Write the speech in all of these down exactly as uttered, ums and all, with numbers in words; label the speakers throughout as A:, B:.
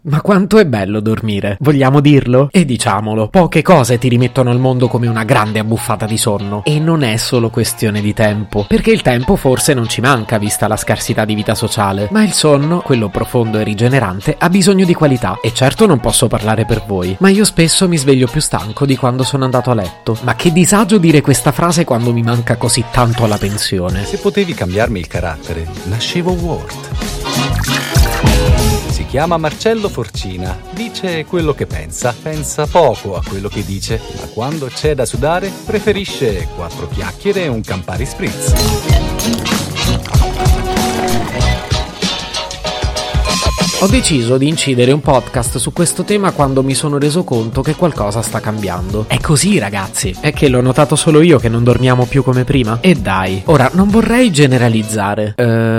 A: Ma quanto è bello dormire, vogliamo dirlo? E diciamolo, poche cose ti rimettono al mondo come una grande abbuffata di sonno. E non è solo questione di tempo, perché il tempo forse non ci manca vista la scarsità di vita sociale, ma il sonno, quello profondo e rigenerante, ha bisogno di qualità. E certo non posso parlare per voi, ma io spesso mi sveglio più stanco di quando sono andato a letto. Ma che disagio dire questa frase quando mi manca così tanto alla pensione.
B: Se potevi cambiarmi il carattere, nascevo Ward. Si chiama Marcello Forcina, dice quello che pensa, pensa poco a quello che dice, ma quando c'è da sudare preferisce quattro chiacchiere e un Campari Spritz.
A: Ho deciso di incidere un podcast su questo tema quando mi sono reso conto che qualcosa sta cambiando. È così, ragazzi. È che l'ho notato solo io che non dormiamo più come prima. E dai, ora non vorrei generalizzare.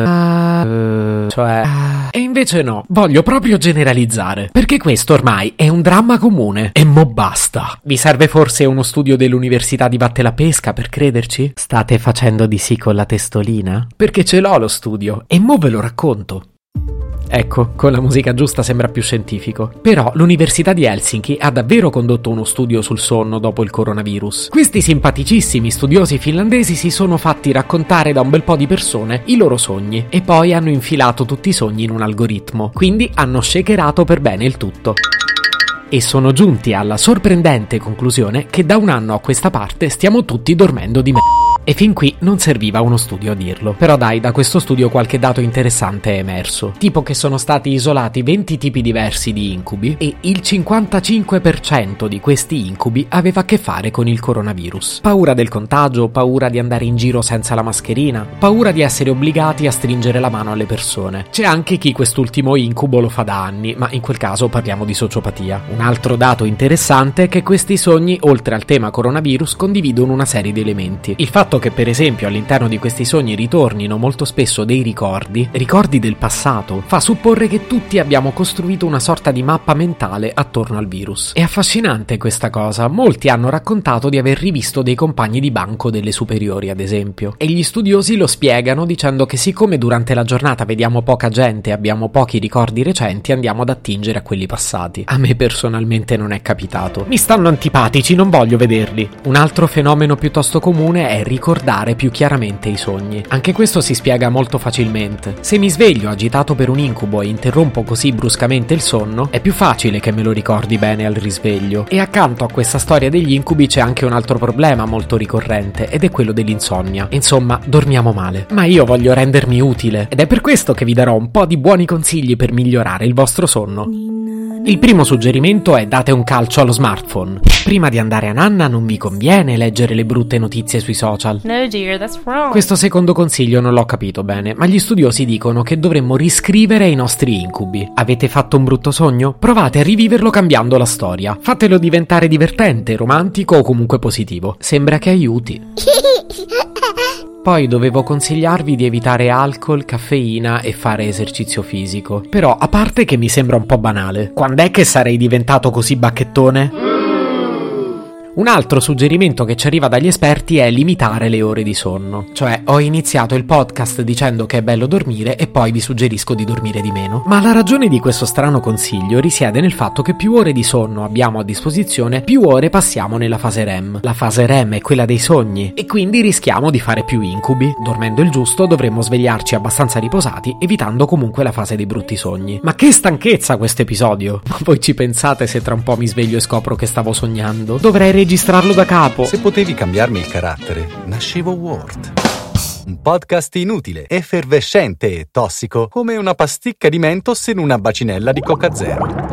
A: Uh, uh, cioè... E invece no, voglio proprio generalizzare. Perché questo ormai è un dramma comune. E mo basta. Vi serve forse uno studio dell'Università di Vatte la Pesca per crederci? State facendo di sì con la testolina? Perché ce l'ho lo studio. E mo ve lo racconto. Ecco, con la musica giusta sembra più scientifico. Però l'Università di Helsinki ha davvero condotto uno studio sul sonno dopo il coronavirus. Questi simpaticissimi studiosi finlandesi si sono fatti raccontare da un bel po' di persone i loro sogni e poi hanno infilato tutti i sogni in un algoritmo. Quindi hanno shakerato per bene il tutto. E sono giunti alla sorprendente conclusione che da un anno a questa parte stiamo tutti dormendo di me. E fin qui non serviva uno studio a dirlo. Però dai, da questo studio qualche dato interessante è emerso. Tipo che sono stati isolati venti tipi diversi di incubi e il cinquantacinque per cento di questi incubi aveva a che fare con il coronavirus. Paura del contagio, paura di andare in giro senza la mascherina, paura di essere obbligati a stringere la mano alle persone. C'è anche chi quest'ultimo incubo lo fa da anni, ma in quel caso parliamo di sociopatia. Un altro dato interessante è che questi sogni, oltre al tema coronavirus, condividono una serie di elementi. Il fatto che per esempio all'interno di questi sogni ritornino molto spesso dei ricordi, ricordi del passato, fa supporre che tutti abbiamo costruito una sorta di mappa mentale attorno al virus. È affascinante questa cosa, molti hanno raccontato di aver rivisto dei compagni di banco delle superiori ad esempio, e gli studiosi lo spiegano dicendo che siccome durante la giornata vediamo poca gente e abbiamo pochi ricordi recenti, andiamo ad attingere a quelli passati. A me personalmente non è capitato. Mi stanno antipatici, non voglio vederli. Un altro fenomeno piuttosto comune è ricordare più chiaramente i sogni. Anche questo si spiega molto facilmente. Se mi sveglio agitato per un incubo e interrompo così bruscamente il sonno, è più facile che me lo ricordi bene al risveglio. E accanto a questa storia degli incubi c'è anche un altro problema molto ricorrente ed è quello dell'insonnia. Insomma, dormiamo male. Ma io voglio rendermi utile ed è per questo che vi darò un po' di buoni consigli per migliorare il vostro sonno. Il primo suggerimento è: date un calcio allo smartphone. Prima di andare a nanna non vi conviene leggere le brutte notizie sui social.
C: No dear, that's wrong.
A: Questo secondo consiglio non l'ho capito bene, ma gli studiosi dicono che dovremmo riscrivere i nostri incubi. Avete fatto un brutto sogno? Provate a riviverlo cambiando la storia. Fatelo diventare divertente, romantico o comunque positivo. Sembra che aiuti. Poi dovevo consigliarvi di evitare alcol, caffeina e fare esercizio fisico. Però, a parte che mi sembra un po' banale, quand'è che sarei diventato così bacchettone? Un altro suggerimento che ci arriva dagli esperti è limitare le ore di sonno. Cioè, ho iniziato il podcast dicendo che è bello dormire e poi vi suggerisco di dormire di meno. Ma la ragione di questo strano consiglio risiede nel fatto che più ore di sonno abbiamo a disposizione, più ore passiamo nella fase R E M. La fase R E M è quella dei sogni e quindi rischiamo di fare più incubi. Dormendo il giusto dovremmo svegliarci abbastanza riposati, evitando comunque la fase dei brutti sogni. Ma che stanchezza questo episodio! Ma voi ci pensate se tra un po' mi sveglio e scopro che stavo sognando? Dovrei registrarlo da capo.
B: Se potevi cambiarmi il carattere, nascevo Ward. Un podcast inutile, effervescente e tossico, come una pasticca di Mentos in una bacinella di Coca Zero.